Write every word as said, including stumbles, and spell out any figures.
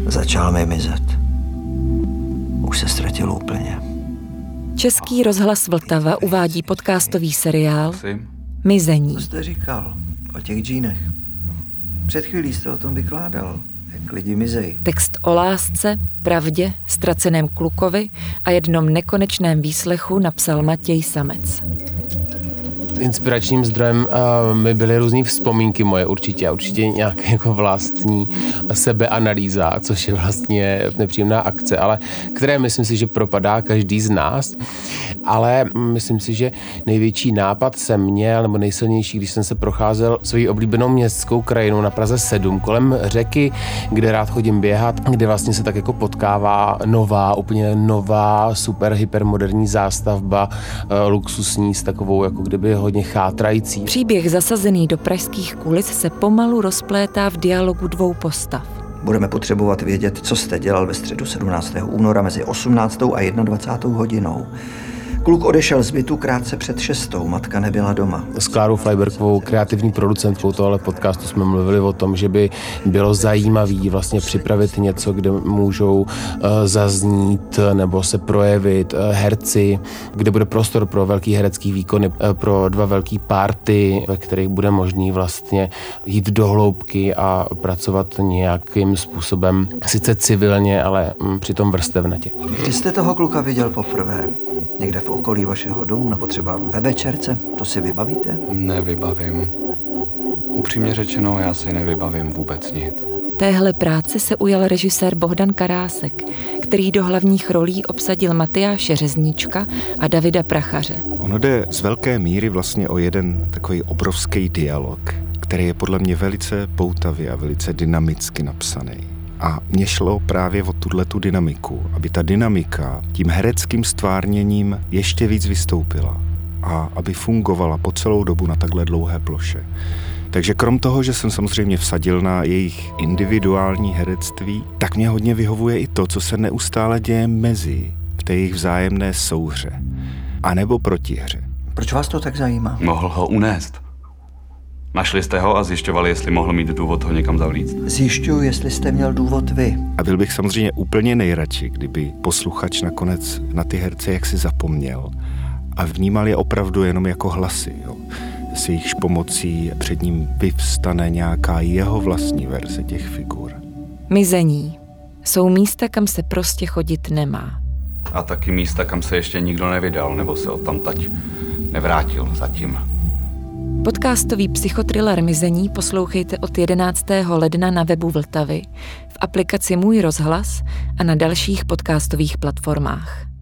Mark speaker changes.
Speaker 1: Začal mi mizet. Už se ztratil úplně.
Speaker 2: Český rozhlas Vltava uvádí podcastový seriál Mizení.
Speaker 1: Co jste říkal o těch džínech? Před chvílí jste o tom vykládal, jak lidi mizejí.
Speaker 2: Text o lásce, pravdě, ztraceném klukovi a jednom nekonečném výslechu napsal Matěj Samec.
Speaker 3: Inspiračním zdrojem uh, mi byly různý vzpomínky moje určitě a určitě nějak jako vlastní sebeanalýza, což je vlastně nepříjemná akce, ale které myslím si, že propadá každý z nás. Ale myslím si, že největší nápad jsem měl, nebo nejsilnější, když jsem se procházel svojí oblíbenou městskou krajinou na Praze sedm kolem řeky, kde rád chodím běhat, kde vlastně se tak jako potkává nová, úplně nová, super hypermoderní zástavba, uh, luxusní s takovou jako kdyby hodně chátrající.
Speaker 2: Příběh zasazený do pražských kulis se pomalu rozplétá v dialogu dvou postav.
Speaker 1: Budeme potřebovat vědět, co jste dělal ve středu sedmnáctého února mezi osmnáctou a dvacátou jednou hodinou. Kluk odešel z bytu krátce před šestou, matka nebyla doma.
Speaker 3: S Klárou Fleibergovou, kreativní producentkou tohle podcastu, jsme mluvili o tom, že by bylo zajímavé vlastně připravit něco, kde můžou uh, zaznít nebo se projevit uh, herci, kde bude prostor pro velký herecký výkony, uh, pro dva velký party, ve kterých bude možný vlastně jít do hloubky a pracovat nějakým způsobem, sice civilně, ale um, přitom vrstevnatě.
Speaker 1: Kdy jste toho kluka viděl poprvé? Někde v okolí vašeho domu, nebo třeba ve večerce? To si vybavíte?
Speaker 4: Nevybavím. Upřímně řečeno, já si nevybavím vůbec nic.
Speaker 2: Téhle práce se ujal režisér Bohdan Karásek, který do hlavních rolí obsadil Matyáše Řezníčka a Davida Prachaře.
Speaker 5: Ono jde z velké míry vlastně o jeden takový obrovský dialog, který je podle mě velice poutavě a velice dynamicky napsaný. A mně šlo právě o tuhletu dynamiku, aby ta dynamika tím hereckým stvárněním ještě víc vystoupila a aby fungovala po celou dobu na takhle dlouhé ploše. Takže krom toho, že jsem samozřejmě vsadil na jejich individuální herectví, tak mě hodně vyhovuje i to, co se neustále děje mezi v té jejich vzájemné souhře anebo protihře.
Speaker 1: Proč vás to tak zajímá?
Speaker 4: Mohl ho unést. Našli jste ho a zjišťovali, jestli mohl mít důvod ho někam zavlíct.
Speaker 1: Zjišťuju, jestli jste měl důvod vy.
Speaker 5: A byl bych samozřejmě úplně nejradši, kdyby posluchač nakonec na ty herce jaksi zapomněl a vnímal je opravdu jenom jako hlasy. Jo. S jejichž pomocí před ním vyvstane nějaká jeho vlastní verze těch figur.
Speaker 2: Mizení. Jsou místa, kam se prostě chodit nemá.
Speaker 4: A taky místa, kam se ještě nikdo nevydal, nebo se odtamtať nevrátil zatím.
Speaker 2: Podcastový psychotriller Mizení poslouchejte od jedenáctého ledna na webu Vltavy, v aplikaci Můj rozhlas a na dalších podcastových platformách.